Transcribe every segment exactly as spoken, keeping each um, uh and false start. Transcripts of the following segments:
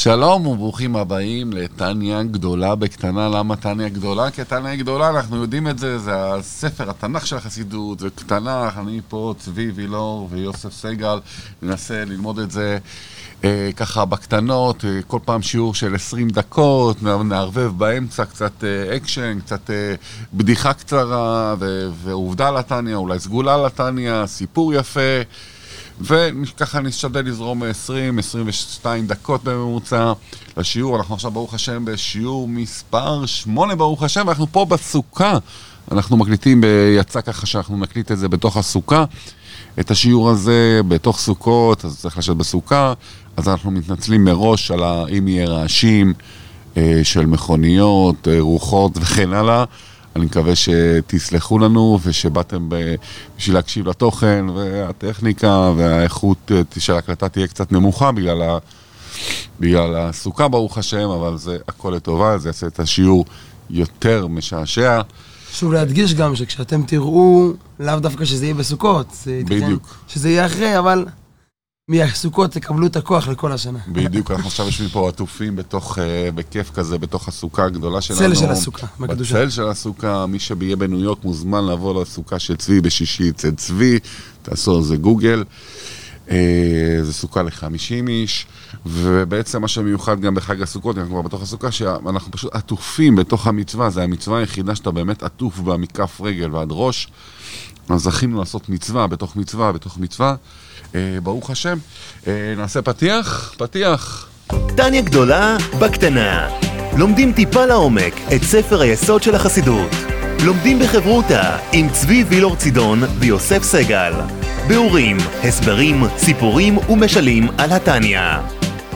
שלום וברוכים הבאים לטניה גדולה בקטנה. למה טניה גדולה? כי טניה גדולה, אנחנו יודעים את זה, זה הספר התנ"ך של החסידות, זה קטנך, אני פה צבי וילור ויוסף סגל, ננסה ללמוד את זה אה, ככה בקטנות, אה, כל פעם שיעור של עשרים דקות, נערבב באמצע קצת אה, אקשן, קצת אה, בדיחה קצרה ו- ועובדה לטניה, אולי סגולה לטניה, סיפור יפה, וככה נשתדל לזרום עשרים עשרים ושתיים דקות בממוצע לשיעור. אנחנו עכשיו ברוך השם בשיעור מספר שמונה ברוך השם, ואנחנו פה בסוכה, אנחנו מקליטים, יצא ככה שאנחנו נקליט את זה בתוך הסוכה, את השיעור הזה בתוך סוכות, אז צריך לשבת בסוכה, אז אנחנו מתנצלים מראש על אם יהיה רעשים של מכוניות, רוחות וכן הלאה. אני מקווה שתסלחו לנו ושבאתם בשביל להקשיב לתוכן, והטכניקה והאיכות של ההקלטה תהיה קצת נמוכה בגלל, ה... בגלל הסוכה ברוך השם, אבל זה הכל לטובה, זה יעשה את השיעור יותר משעשע. שוב להדגיש גם שכשאתם תראו, לאו דווקא שזה יהיה בסוכות, בדיוק. שזה יהיה אחרי, אבל מהסוכות תקבלו את הכוח לכל השנה. בדיוק, אנחנו עכשיו יושבים פה עטופים בתוך, בכיף כזה, בתוך הסוכה הגדולה שלנו. בצל של הסוכה, בקדושה. בצל של הסוכה, מי שיהיה בניו יורק מוזמן לבוא לסוכה של צבי בשישי אצל צבי, תעשו על זה גוגל. זה סוכה ל-חמישים איש, ובעצם מה שמיוחד גם בחג הסוכות, אנחנו כבר בתוך הסוכה, שאנחנו פשוט עטופים בתוך המצווה, זה המצווה היחידה שאתה באמת עטוף בה מכף רגל ועד ראש, אז זכינו לעשות מצווה בתוך מצווה בתוך מצווה, ברוך השם. נעשה פתיח, פתיח. טניה גדולה בקטנה. לומדים טיפה לעומק את ספר היסוד של החסידות. לומדים בחברותה עם צבי וילור צידון ויוסף סגל. ביאורים, הסברים, סיפורים ומשלים על הטניה.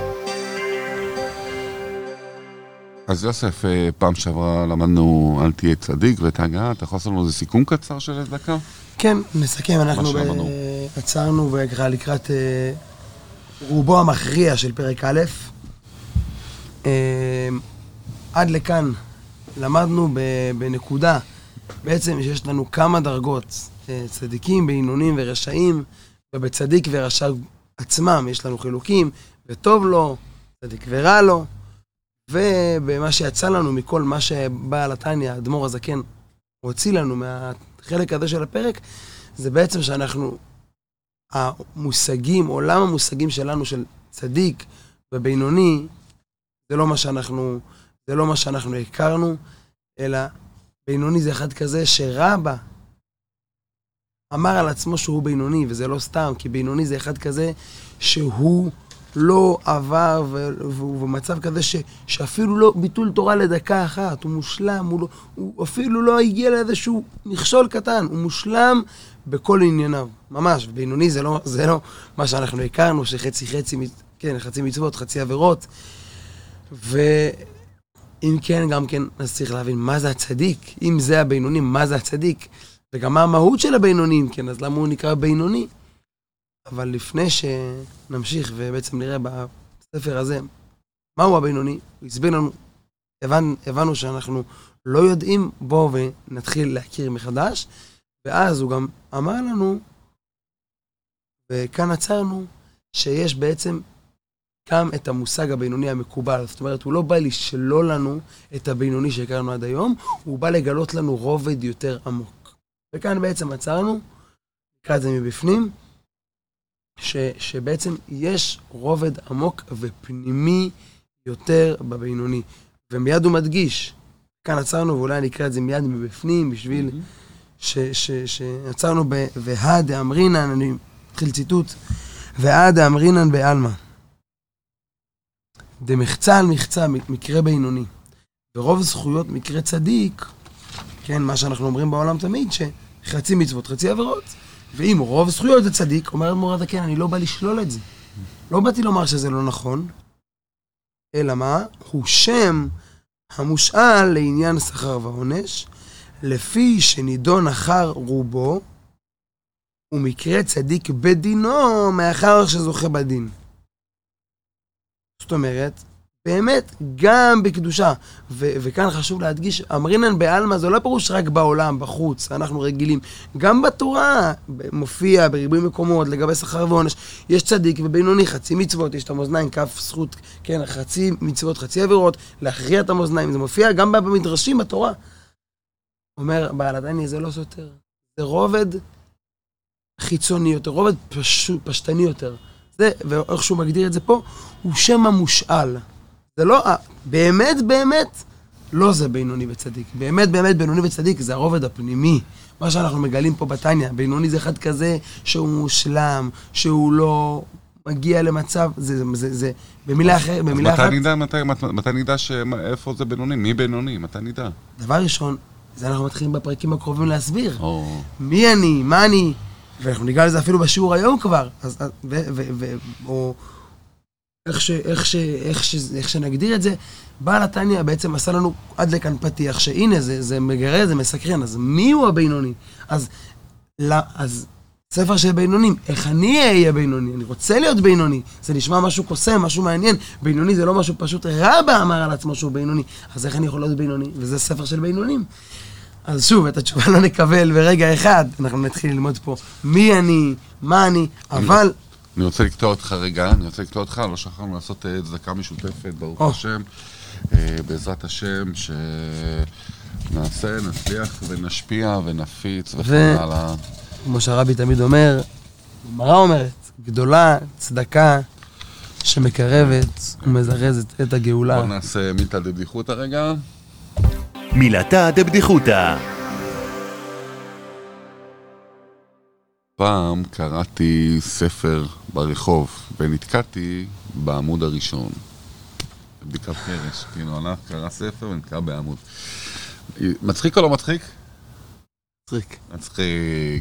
אז יוסף, פעם שעברה למדנו אל תהיה צדיק ותגע, אתה יכול לעשות לנו איזה סיכום קצר של דקה? כן, נסכם, אנחנו עצרנו וככה לקראת רובו המכריע של פרק א', עד לכאן למדנו בנקודה בעצם שיש לנו כמה דרגות, צדיקים, בינונים ורשעים, ובצדיק ורשע עצמם יש לנו חילוקים, וטוב לו, צדיק ורע לו, ובמה שיצא לנו מכל מה שבא על הטניה, האדמו"ר הזקן הוציא לנו מהחלק הזה של הפרק, זה בעצם שאנחנו, המושגים, עולם המושגים שלנו של צדיק ובינוני, זה לא מה שאנחנו, זה לא מה שאנחנו הכרנו, אלא בינוני זה אחד כזה שרבא אמר על עצמו שהוא בינוני, וזה לא סתם, כי בינוני זה אחד כזה שהוא לא עבר, והוא במצב כזה ש, שאפילו לא ביטול תורה לדקה אחת, הוא מושלם, הוא, לא, הוא אפילו לא הגיע לאיזשהו מכשול קטן, הוא מושלם בכל ענייניו, ממש. בינוני זה לא, זה לא מה שאנחנו הכרנו, שחצי חצי, כן, חצי מצוות, חצי עבירות, ואם כן, גם כן, אז צריך להבין מה זה הצדיק, אם זה הבינוני, מה זה הצדיק, וגם מה המהות של הבינונים, כן, אז למה הוא נקרא בינוני? אבל לפני שנמשיך ובעצם נראה בספר הזה מהו הבינוני, הוא הסביר לנו, הבנ, הבנו שאנחנו לא יודעים, בו ונתחיל להכיר מחדש, ואז הוא גם אמר לנו, וכאן עצרנו, שיש בעצם גם את המושג הבינוני המקובל, זאת אומרת, הוא לא בא לשלול לנו את הבינוני שהכרנו עד היום, הוא בא לגלות לנו רובד יותר עמוק. וכאן בעצם עצרנו, נקרא את זה מבפנים, ש, שבעצם יש רובד עמוק ופנימי יותר בבינוני. ומיד הוא מדגיש, כאן עצרנו, ואולי נקרא את זה מיד מבפנים, בשביל שעצרנו ב... והא דאמרינן, אני מתחיל ציטוט, והא דאמרינן בעלמא. דמחצה על מחצה, מקרה בינוני. ורוב זכויות מקרה צדיק, כן, מה שאנחנו אומרים בעולם תמיד, שחצי מצוות, חצי עבירות, ואם רוב זכויות זה צדיק, אומר אדמו"ר הזקן, אני לא בא לשלול את זה. לא באתי לומר שזה לא נכון, אלא מה? הוא שם המושאל לעניין שכר ועונש, לפי שנידון אחר רובו, ומקרה צדיק בדינו מאחר שזוכה בדין. זאת אומרת, באמת, גם בקדושה. ו- וכאן חשוב להדגיש, אמרינן בעלמא, זה לא פירוש רק בעולם, בחוץ, אנחנו רגילים. גם בתורה מופיע בריבוי מקומות, לגבי שכר ועונש, יש צדיק ובינוני, חצי מצוות, יש את המאזניים, כף זכות, כן, חצי מצוות, חצי עבירות, להכריע את המאזניים, זה מופיע גם במדרשים בתורה. אומר, בעל התניא, זה לא סותר. זה רובד חיצוני יותר, רובד פש... פשטני יותר. זה, ואיך שהוא מגדיר את זה פה, הוא שם המושאל. זה לא, באמת, באמת, לא זה בינוני וצדיק. באמת, באמת, בינוני וצדיק זה הרובד הפנימי. מה שאנחנו מגלים פה בתניא, בינוני זה אחד כזה שהוא מושלם, שהוא לא מגיע למצב, זה, זה, זה, במילה אחרת, במילה אחת. מתי נדע, מתי, מתי נדע איפה זה בינוני? מי בינוני? מתי נדע? דבר ראשון, זה אנחנו מתחילים בפרקים הקרובים להסביר. Oh. מי אני, מה אני, ואנחנו ניגע לזה אפילו בשיעור היום כבר, אז, ו, ו, ו, או איך, ש, איך, ש, איך, ש, איך שנגדיר את זה, בעל התניא בעצם עשה לנו עד לכאן פתיח, שהנה זה, זה מגרה, זה מסקרן, אז מי הוא הבינוני? אז, לא, אז ספר של בינונים, איך אני אהיה בינוני? אני רוצה להיות בינוני, זה נשמע משהו קוסם, משהו מעניין, בינוני זה לא משהו פשוט, רבא אמר על עצמו שהוא בינוני, אז איך אני יכול להיות בינוני? וזה ספר של בינונים. אז שוב, את התשובה לא נקבל ברגע אחד, אנחנו נתחיל ללמוד פה מי אני, מה אני, אבל... אני רוצה לקטוע אותך רגע, אני רוצה לקטוע אותך, לא שכחנו לעשות צדקה משותפת, ברוך השם, בעזרת השם, שנעשה, נצליח ונשפיע ונפיץ וכן הלאה. כמו שהרבי תמיד אומר, גמרא אומרת, גדולה, צדקה, שמקרבת ומזרזת את הגאולה. בוא נעשה מילתא דבדיחותא רגע. מילתא דבדיחותא. פעם קראתי ספר ברחוב ונתקעתי בעמוד הראשון. בדיקת פרש, כאילו הלך, קרא ספר ונתקע בעמוד. מצחיק או לא מצחיק? מצחיק. מצחיק.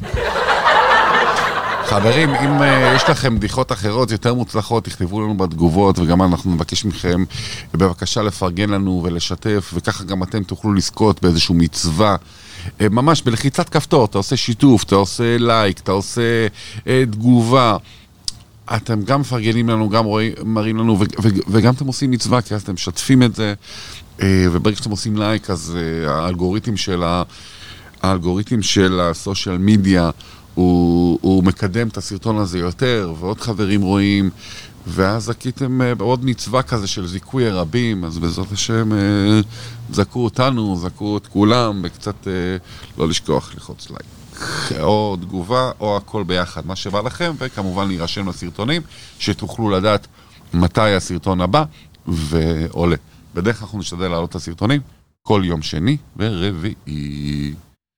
חברים, אם uh, יש לכם בדיחות אחרות יותר מוצלחות, תכתבו לנו בתגובות, וגם אנחנו נבקש מכם בבקשה לפרגן לנו ולשתף, וככה גם אתם תוכלו לזכות באיזשהו מצווה, uh, ממש בלחיצת כפתור, אתה עושה שיתוף, אתה עושה לייק, אתה עושה uh, תגובה, אתם גם מפרגנים לנו, גם רואים, מראים לנו, ו- ו- וגם אתם עושים מצווה, כי אז אתם משתפים את זה, uh, וברגע שאתם עושים לייק, אז uh, האלגוריתם של ה... האלגוריתם של הסושיאל מדיה, הוא, הוא מקדם את הסרטון הזה יותר, ועוד חברים רואים, ואז זקיתם עוד מצווה כזה של זיכוי הרבים, אז בעזרת השם זכו אותנו, זכו את כולם, וקצת לא לשכוח לחוץ לייק. או תגובה, או הכל ביחד, מה שבא לכם, וכמובן להירשם לסרטונים, שתוכלו לדעת מתי הסרטון הבא, ועולה. בדרך כלל אנחנו נשתדל לעלות את הסרטונים, כל יום שני ורביעי.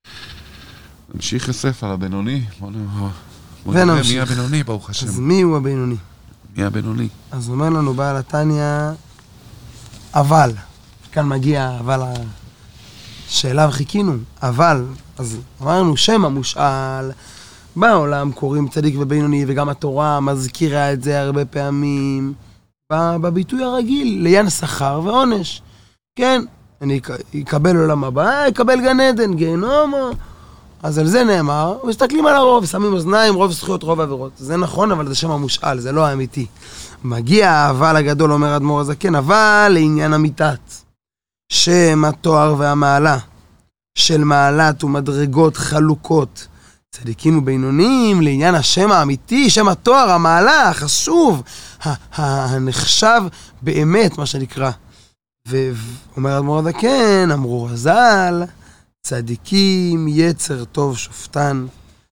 נמשיך לסף על הבינוני. בוא נראה מי הבינוני, ברוך השם. אז מי הוא הבינוני? מי הבינוני? אז אומר לנו בעל התניא, אבל, כאן מגיע אבל שאליו חיכינו, אבל, אז אמרנו שם המושאל, בעולם קוראים צדיק ובינוני, וגם התורה מזכירה את זה הרבה פעמים, בביטוי הרגיל, לעניין שכר ועונש. כן, אני אקבל עולם הבא, אקבל גן עדן, גיהנום, אז על זה נאמר, מסתכלים על הרוב, שמים אוזניים, רוב זכויות, רוב עבירות. זה נכון, אבל זה שם המושאל, זה לא האמיתי. מגיע האבל הגדול, אומר אדמו"ר הזקן, אבל לעניין אמיתת, שם התואר והמעלה, של מעלת ומדרגות חלוקות, צדיקים ובינונים, לעניין השם האמיתי, שם התואר, המעלה, החשוב, הנחשב באמת, מה שנקרא. ואומר אדמו"ר הזקן, אמרו רז"ל, צדיקים יצר טוב שופטן,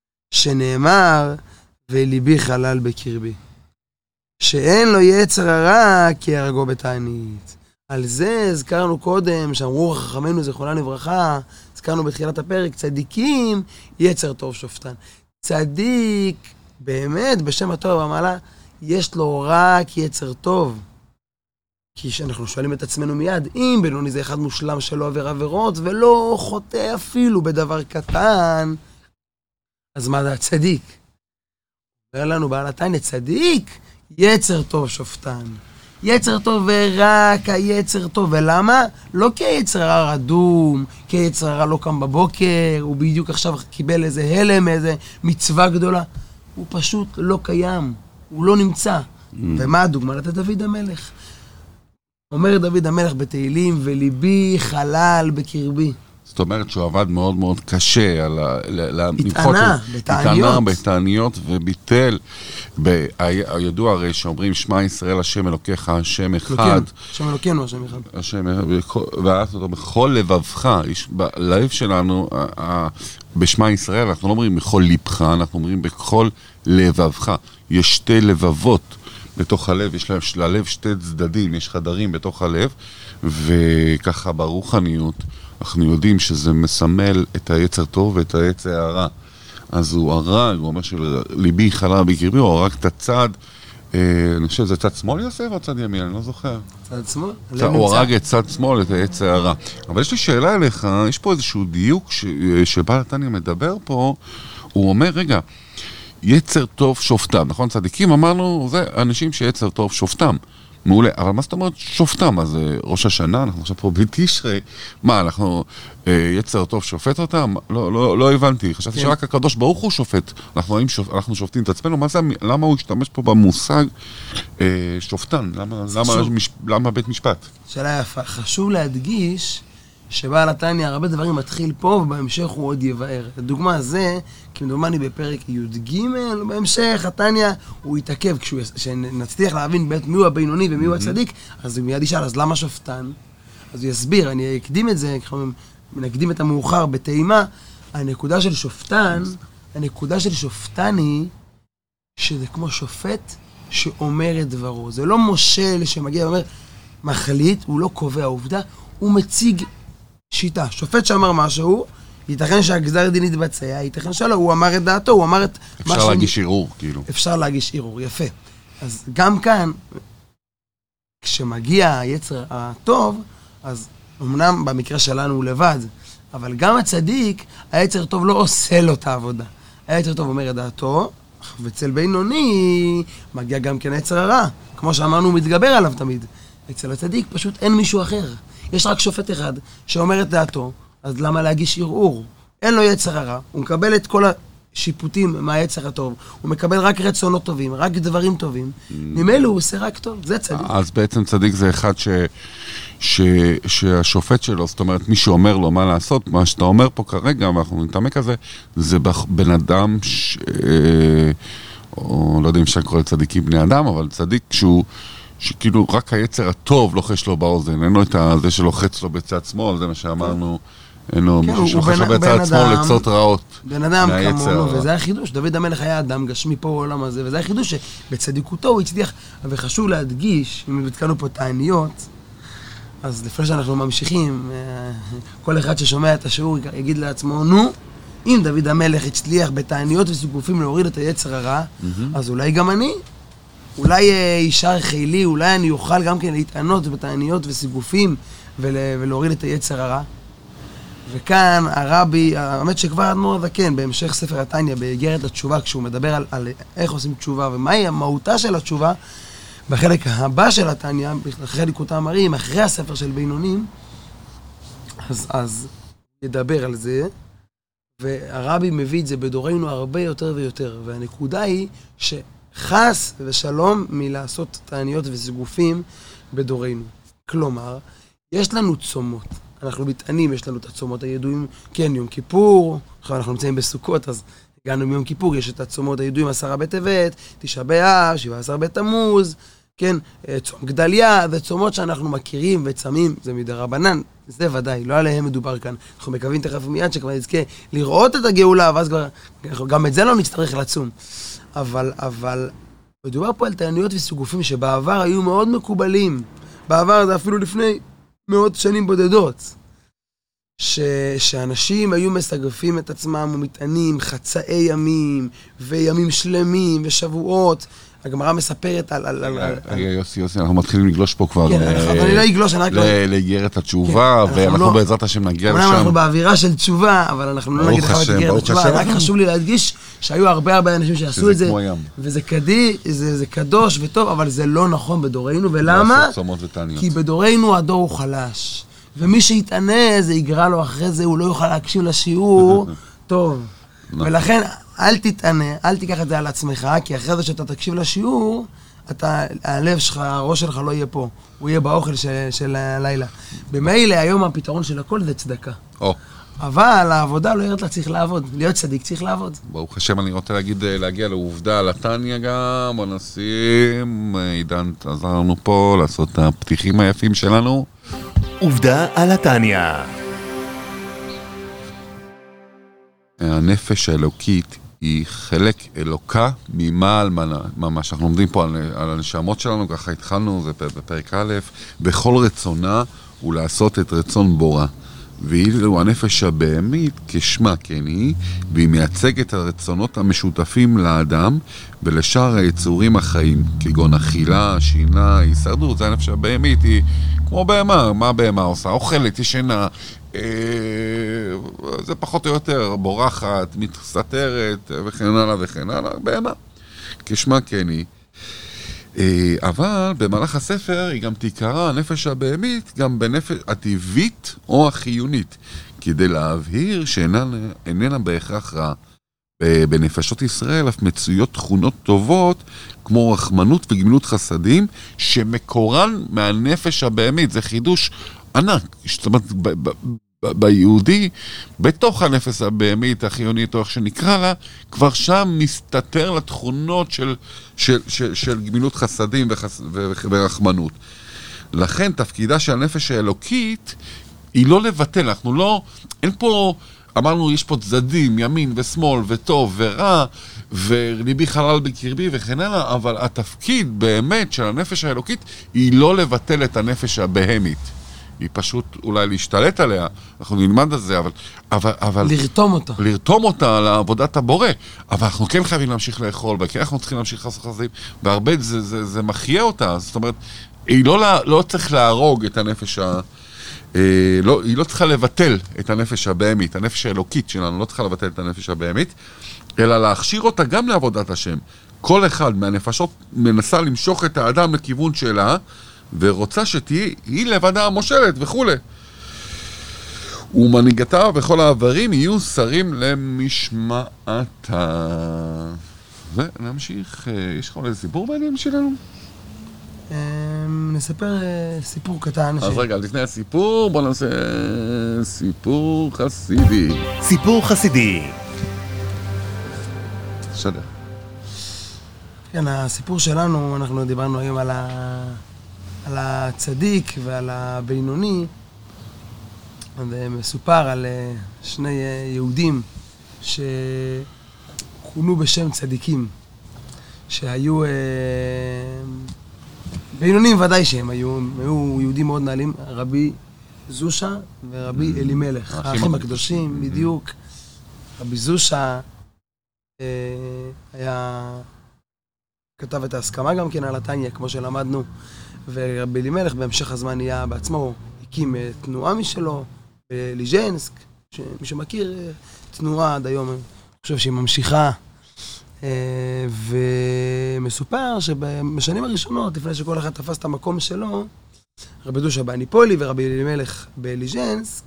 שנאמר, וליבי חלל בקרבי. שאין לו יצר הרע, כי יהרגו בתענית. על זה הזכרנו קודם, שאמרו חכמינו זיכרונם לברכה, הזכרנו בתחילת הפרק, צדיקים יצר טוב שופטן. צדיק, באמת, בשם הטוב והמעלה, יש לו רק יצר טוב. כי שאנחנו שואלים את עצמנו מיד, אם בינוני זה אחד מושלם שלא עבר עבירות, ולא חוטא אפילו בדבר קטן, אז מה זה הצדיק? אומר לנו בעל התניא, צדיק, יצר טוב שופטן. יצר טוב ורק היצר טוב, ולמה? לא כי היצר הרע רדום, כי היצר הרע לא קם בבוקר, הוא בדיוק עכשיו קיבל איזה הלם, איזה מצווה גדולה. הוא פשוט לא קיים, הוא לא נמצא. Mm. ומה הדוגמה? לתת דוד המלך. אומר דוד המלך בתהילים, וליבי חלל בקרבי. זאת אומרת שהוא עבד מאוד מאוד קשה על התענה, בתעניות. התענה בתעניות וביטל. הידוע הרי שאומרים, שמע ישראל השם אלוקיך, השם אחד. השם אלוקינו, השם אחד. השם, ואהבת אותו בכל לבבך. בלב שלנו, בשמע ישראל, אנחנו לא אומרים בכל לבך, אנחנו אומרים בכל לבבך. יש שתי לבבות בתוך הלב, יש ללב שתי צדדים, יש חדרים בתוך הלב, וככה ברוחניות, אנחנו יודעים שזה מסמל את היצר טוב ואת היצר הרע. אז הוא הרג, הוא אומר שליבי חלל בקרבי, הוא הרג את הצד, אה, אני חושב שזה צד שמאל יוסף או צד ימין, אני לא זוכר. צד שמאל? הוא הרג את צד שמאל, את היצר הרע. אבל יש לי שאלה אליך, יש פה איזשהו דיוק ש... שבעל התניא מדבר פה, הוא אומר, רגע, יצר טוב שופטם, נכון? צדיקים אמרנו, זה אנשים שיצר טוב שופטם. מעולה, אבל מה זאת אומרת שופטם? אז ראש השנה, אנחנו עכשיו פה בתשרי, מה, אנחנו יצר טוב שופט אותם? לא, לא, לא הבנתי, חשבתי שרק הקדוש ברוך הוא שופט, אנחנו, אנחנו שופטים את עצמנו, מה זה, למה הוא השתמש פה במושג שופטן? למה, למה, למה בית משפט? שאלה יפה, חשוב להדגיש שבעל התניא הרבה דברים מתחיל פה ובהמשך הוא עוד יבאר. הדוגמה זה, כמדומני בפרק י"ג, בהמשך התניא הוא יתעכב, כשנצליח להבין מי הוא הבינוני ומי הוא הצדיק, אז הוא מיד ישאל, אז למה שופטן? אז הוא יסביר, אני אקדים את זה, נקדים את המאוחר בתאימה, הנקודה של שופטן, הנקודה של שופטן היא שזה כמו שופט שאומר את דברו. זה לא מושל שמגיע ואומר, מחליט, הוא לא קובע עובדה, הוא מציג שיטה. שופט שאמר משהו, ייתכן שהגזר דין יתבצע, ייתכן שלא, הוא אמר את דעתו, הוא אמר את... אפשר להגיש ערעור, כאילו. אפשר להגיש ערעור, יפה. אז גם כאן, כשמגיע היצר הטוב, אז אמנם במקרה שלנו הוא לבד, אבל גם הצדיק, היצר טוב לא עושה לו את העבודה. היצר טוב אומר את דעתו, ואצל בינוני מגיע גם כן היצר הרע. כמו שאמרנו, הוא מתגבר עליו תמיד. אצל הצדיק פשוט אין מישהו אחר. יש רק שופט אחד שאומר את דעתו, אז למה להגיש ערעור? אין לו יצר הרע, הוא מקבל את כל השיפוטים מהיצר הטוב, הוא מקבל רק רצונות טובים, רק דברים טובים, ממילא הוא עושה רק טוב, זה צדיק. אז בעצם צדיק זה אחד ש... ש... שהשופט שלו, זאת אומרת, מי שאומר לו מה לעשות, מה שאתה אומר פה כרגע, ואנחנו נתעמק על זה, זה בן אדם, ש... או לא יודע אם אפשר לקרוא לצדיקים בני אדם, אבל צדיק שהוא... שכאילו רק היצר הטוב לוחש לו באוזן, אין לו את זה שלוחץ לו בצד שמאל, זה מה שאמרנו, אין לו מישהו שלוחש לו בצד שמאל לצות רעות. בן אדם כמונו, וזה החידוש, דוד המלך היה אדם גשמי פה בעולם הזה, וזה החידוש שבצדיקותו הוא הצליח, וחשוב להדגיש, אם התקנו פה תעניות, אז לפני שאנחנו ממשיכים, כל אחד ששומע את השיעור יגיד לעצמו, נו, אם דוד המלך הצליח בתעניות וסיגופים להוריד את היצר הרע, אז אולי גם אני, אולי יישר חילי, אולי אני אוכל גם כן להתענות בתעניות וסיגופים ולהוריד את היצר הרע. וכאן הרבי, האמת שכבר אדמו"ר הזקן, בהמשך ספר התניא, באיגרת התשובה, כשהוא מדבר על, על איך עושים תשובה ומהי המהותה של התשובה, בחלק הבא של התניא, אחרי ליקוטי אמרים, אחרי הספר של בינונים, אז, אז ידבר על זה, והרבי מביא את זה בדורנו הרבה יותר ויותר, והנקודה היא ש... חס ושלום מלעשות תעניות וסיגופים בדורנו. כלומר, יש לנו צומות. אנחנו מתענים, יש לנו את הצומות הידועים, כן, יום כיפור, עכשיו אנחנו נמצאים בסוכות, אז הגענו מיום כיפור, יש את הצומות הידועים עשרה בטבת, תשעה באב, שבעה עשר בתמוז, כן, צום גדליה, זה צומות שאנחנו מכירים וצמים, זה מדרבנן, זה ודאי, לא עליהם מדובר כאן. אנחנו מקווים תכף מיד שכבר נזכה לראות את הגאולה, ואז כבר, גם את זה לא נצטרך לצום. אבל, אבל, מדובר פה על תעניות וסיגופים שבעבר היו מאוד מקובלים. בעבר זה אפילו לפני מאות שנים בודדות. ש, שאנשים היו מסגפים את עצמם ומתענים חצאי ימים וימים שלמים ושבועות. הגמרא מספרת על... על, על, על... יוסי, יוסי, אנחנו מתחילים לגלוש פה כבר... כן, אני לא אגלוש, אני רק... לאיגרת התשובה, ואנחנו בעזרת השם נגיע לשם. אנחנו באווירה של תשובה, אבל אנחנו לא נגיד לך את איגרת התשובה. רק חשוב לי להדגיש שהיו הרבה הרבה אנשים שעשו את זה, וזה קדי, זה קדוש וטוב, אבל זה לא נכון בדורנו, ולמה? כי בדורנו הדור הוא חלש. ומי שיתענה, זה יגרע לו אחרי זה, הוא לא יוכל להקשיב לשיעור טוב. ולכן... אל תתענה, אל תיקח את זה על עצמך, כי אחרי זה שאתה תקשיב לשיעור, אתה, הלב שלך, הראש שלך לא יהיה פה, הוא יהיה באוכל של, של הלילה. במילא היום הפתרון של הכל זה צדקה. או. אבל העבודה לא ירד לה, צריך לעבוד. להיות צדיק צריך לעבוד. ברוך השם, אני רוצה להגיד, להגיע לעובדה על התניה גם, בוא נשים, עידן עזר לנו פה לעשות את הפתיחים היפים שלנו. עובדה על התניה. הנפש האלוקית היא חלק אלוקה ממעל ממש. אנחנו לומדים פה על, על הנשמות שלנו, ככה התחלנו, זה בפרק א', בכל רצונה הוא לעשות את רצון בורא. ואילו הנפש הבהמית כשמה כן היא, והיא מייצגת את הרצונות המשותפים לאדם ולשאר היצורים החיים, כגון אכילה, שינה, הישרדות. זה הנפש הבהמית, היא כמו בהמה. מה בהמה עושה? אוכלת, ישנה, אה, זה פחות או יותר בורחת, מתסתרת וכן הלאה וכן הלאה, בהמה כשמה כן היא. אבל במהלך הספר היא גם תיקרא הנפש הבהמית גם בנפש הטבעית או החיונית, כדי להבהיר שאיננה בהכרח רע. בנפשות ישראל אף מצויות תכונות טובות כמו רחמנות וגמילות חסדים שמקורן מהנפש הבהמית. זה חידוש ענק. זאת אומרת, ביהודי, בתוך הנפש הבהמית החיונית או איך שנקרא לה, כבר שם מסתתר לתכונות של, של, של, של גמילות חסדים וחס, ורחמנות. לכן תפקידה של הנפש האלוקית היא לא לבטל. אנחנו לא, אין פה, אמרנו יש פה צדדים, ימין ושמאל וטוב ורע וליבי חלל בקרבי וכן הלאה, אבל התפקיד באמת של הנפש האלוקית היא לא לבטל את הנפש הבהמית. היא פשוט אולי להשתלט עליה, אנחנו נלמד על זה, אבל, אבל, אבל... לרתום אותה. לרתום אותה לעבודת הבורא. אבל אנחנו כן חייבים להמשיך לאכול, וכי אנחנו צריכים להמשיך לעשות חסדים, והרבה זה, זה, זה מחיה אותה. זאת אומרת, היא לא, לא צריך להרוג את הנפש ה... אה, לא, היא לא צריכה לבטל את הנפש הבהמית, הנפש האלוקית שלנו לא צריכה לבטל את הנפש הבהמית, אלא להכשיר אותה גם לעבודת השם. כל אחד מהנפשות מנסה למשוך את האדם לכיוון שלה, ורוצה שתהיה, היא לבדה המושלת וכו'. ומנהיגתה וכל העברים יהיו שרים למשמעתה. ונמשיך, יש לך עוד איזה סיפור בעניין שלנו? נספר סיפור קטן. אז רגע, לפני הסיפור, בוא נעשה סיפור חסידי. סיפור חסידי. שדר. כן, הסיפור שלנו, אנחנו דיברנו היום על ה... על הצדיק ועל הבינוני, ומסופר על שני יהודים שכונו בשם צדיקים, שהיו בינונים ודאי שהם היו, הם היו יהודים מאוד נעלים, רבי זושה ורבי אלימלך, האחים הקדושים בדיוק. רבי זושה היה, כתב את ההסכמה גם כן על התניה, כמו שלמדנו, ורבי אלימלך בהמשך הזמן נהיה בעצמו, הקים תנועה משלו, בליז'נסק, מי שמכיר, תנועה עד היום, אני חושב שהיא ממשיכה, ומסופר שבשנים הראשונות, לפני שכל אחד תפס את המקום שלו, רבי זושה באניפולי ורבי אלימלך בליז'נסק,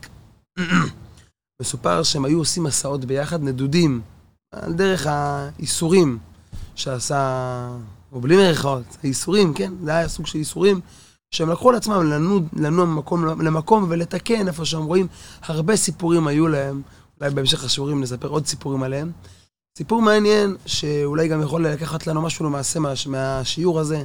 מסופר שהם היו עושים מסעות ביחד, נדודים, על דרך האיסורים שעשה... או בלי מריחות, האיסורים, כן? זה היה סוג של איסורים שהם לקחו לעצמם לנוע, לנוע ממקום למקום ולתקן איפה שהם רואים. הרבה סיפורים היו להם, אולי בהמשך השיעורים נספר עוד סיפורים עליהם. סיפור מעניין שאולי גם יכול לקחת לנו משהו למעשה מה, מהשיעור הזה,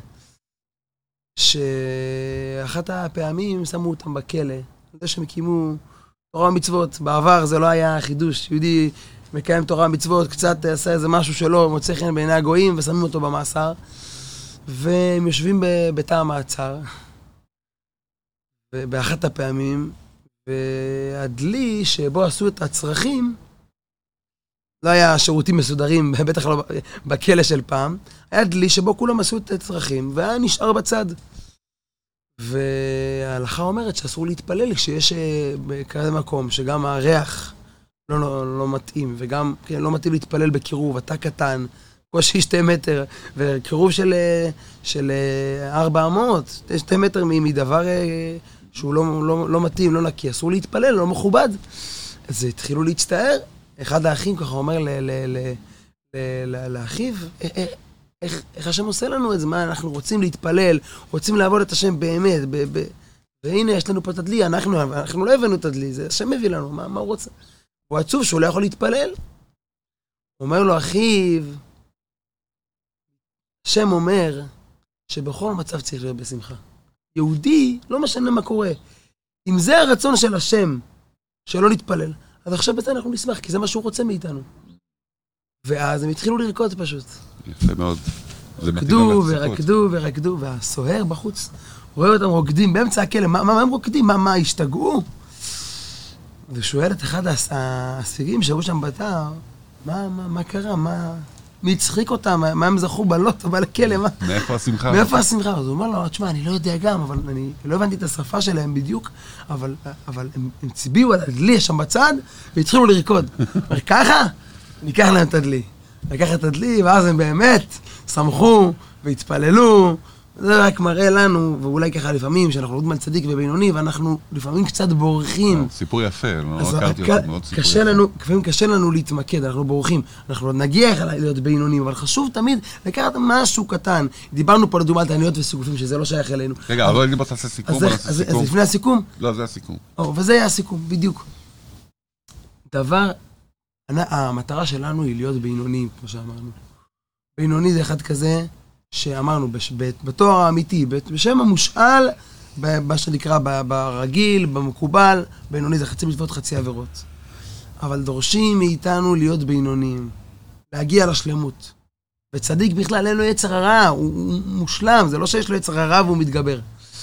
שאחת הפעמים שמו אותם בכלא, זה שהם הקימו תורה ומצוות. בעבר זה לא היה חידוש, יהודי מקיים תורה ומצוות, קצת עשה איזה משהו שלו, מוצא חן בעיני הגויים, ושמים אותו במאסר, והם יושבים בתא המעצר, באחת הפעמים, והדלי שבו עשו את הצרכים, לא היה שירותים מסודרים, בטח לא בכלא של פעם, היה דלי שבו כולם עשו את הצרכים, והיה נשאר בצד. וההלכה אומרת שאסור להתפלל כשיש בכזה מקום, שגם הריח לא, לא, לא מתאים, וגם כן, לא מתאים להתפלל בקירוב, אתה קטן, קושי שתי מטר, וקירוב של, של ארבע אמות, שתי מטר מדבר שהוא לא, לא, לא מתאים, לא נקי, אסור להתפלל, לא מכובד. אז התחילו להצטער. אחד האחים ככה אומר ל, ל, ל, ל, לאחיו, איך, איך השם עושה לנו את זה, מה אנחנו רוצים להתפלל, רוצים לעבוד את השם באמת, ב, ב, והנה יש לנו פה תדלי, אנחנו, אנחנו לא הבאנו תדלי, זה השם מביא לנו, מה, מה הוא רוצה? הוא עצוב שהוא לא יכול להתפלל. הוא אומר לו, אחיו, השם אומר שבכל מצב צריך להיות בשמחה. יהודי, לא משנה מה קורה. אם זה הרצון של השם, שלא נתפלל, אז עכשיו בזה אנחנו נשמח, כי זה מה שהוא רוצה מאיתנו. ואז הם התחילו לרקוד פשוט. יפה מאוד. רקדו ורקדו ורקדו, והסוהר בחוץ רואה אותם רוקדים באמצע הכלא, מה, מה הם רוקדים? מה, מה, השתגעו? ושואל את אחד האסירים שהיו שם בתא, מה, מה, מה קרה? מה, מי הצחיק אותם? מה הם זכו בלוטו, בכלא? מה? מאיפה השמחה? מאיפה השמחה? אז הוא אומר לו, תשמע, אני לא יודע גם, אבל אני לא הבנתי את השפה שלהם בדיוק, אבל, אבל הם, הם ציביעו על הדלי שם בצד, והתחילו לרקוד. אומר, ככה? ניקח להם את הדלי. לקח את הדלי, ואז הם באמת שמחו והתפללו. זה רק מראה לנו, ואולי ככה לפעמים, שאנחנו לומדים על צדיק ובינוני, ואנחנו לפעמים קצת בורחים. סיפור יפה, לא הכרתי אותו, מאוד סיפור קשה יפה. לנו, לפעמים קשה לנו להתמקד, אנחנו בורחים. אנחנו נגיע להיות בינונים, אבל חשוב תמיד לקחת משהו קטן. דיברנו פה לדוגמה על תעניות וסיגופים, שזה לא שייך אלינו. רגע, אבל אני בוא תעשה סיכום, בוא נעשה סיכום. אז לפני הסיכום? לא, זה הסיכום. וזה היה הסיכום, בדיוק. דבר, המטרה שלנו היא להיות בינונים, כמו שאמרנו. בינוני זה אחד כזה שאמרנו, בתואר האמיתי, בשם המושאל, מה שנקרא ברגיל, במקובל, בינוני זה חצי מצוות, חצי עבירות. אבל דורשים מאיתנו להיות בינוניים, להגיע לשלמות. וצדיק בכלל אין לו יצר הרע, הוא, הוא מושלם, זה לא שיש לו יצר הרע והוא מתגבר.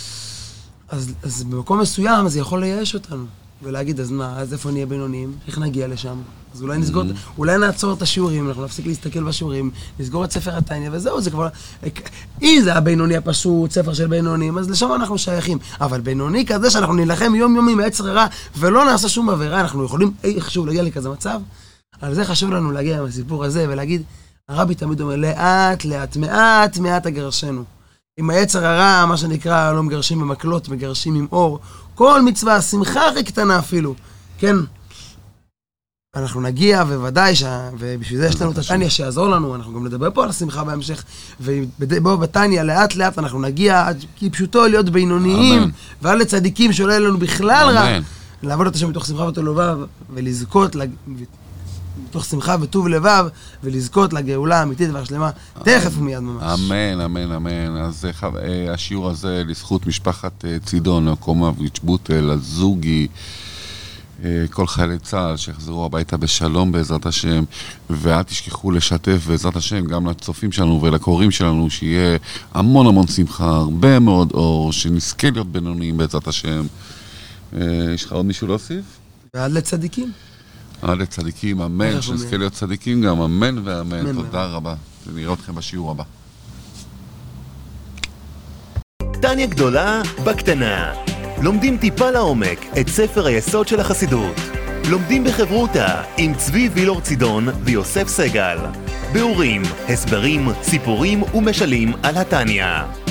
אז, אז במקום מסוים זה יכול לייאש אותנו, ולהגיד, אז מה, אז איפה נהיה בינוניים? איך נגיע לשם? אז אולי נסגור, אולי נעצור את השיעורים, אנחנו נפסיק להסתכל בשיעורים, נסגור את ספר התניא, וזהו, זה כבר... אם זה הבינוני הפשוט, ספר של בינונים, אז לשם אנחנו שייכים. אבל בינוני כזה שאנחנו נלחם יום יום עם היצר הרע, ולא נעשה שום עבירה, אנחנו יכולים איכשהו להגיע לכזה מצב. על זה חשוב לנו להגיע עם הסיפור הזה, ולהגיד, הרבי תמיד אומר, לאט, לאט, מעט, מעט אגרשנו. עם היצר הרע, מה שנקרא, לא מגרשים במקלות, מגרשים עם אור. כל מצווה, שמחה הכי קטנה אפילו. כן? אנחנו נגיע, וודאי, ש... ובשביל זה יש לנו את התניא שיעזור לנו, אנחנו גם נדבר פה על השמחה בהמשך, ובואו בתניא, לאט לאט אנחנו נגיע, כי פשוטו להיות בינוניים, ועל לצדיקים שעולה לנו בכלל רע, לעבוד את השם מתוך שמחה וטוב לבב, ולזכות, מתוך שמחה וטוב לבב, ולזכות לגאולה האמיתית והשלמה, תכף ומיד ממש. אמן, אמן, אמן. אז השיעור הזה לזכות משפחת צידון, קומביץ', בוטל, הזוגי, כל חיילי צה"ל שיחזרו הביתה בשלום בעזרת השם, ואל תשכחו לשתף בעזרת השם גם לצופים שלנו ולקוראים שלנו, שיהיה המון המון שמחה, הרבה מאוד אור, שנזכה להיות בינוניים בעזרת השם. יש לך עוד מישהו להוסיף? ועד לצדיקים. עד לצדיקים, אמן, שנזכה להיות צדיקים גם, אמן ואמן. תודה רבה, ונראה אתכם בשיעור הבא. תניא גדולה בקטנה. לומדים טיפה לעומק את ספר היסוד של החסידות. לומדים בחברותה עם צבי וילור צידון ויוסף סגל. ביאורים, הסברים, סיפורים ומשלים על התניא.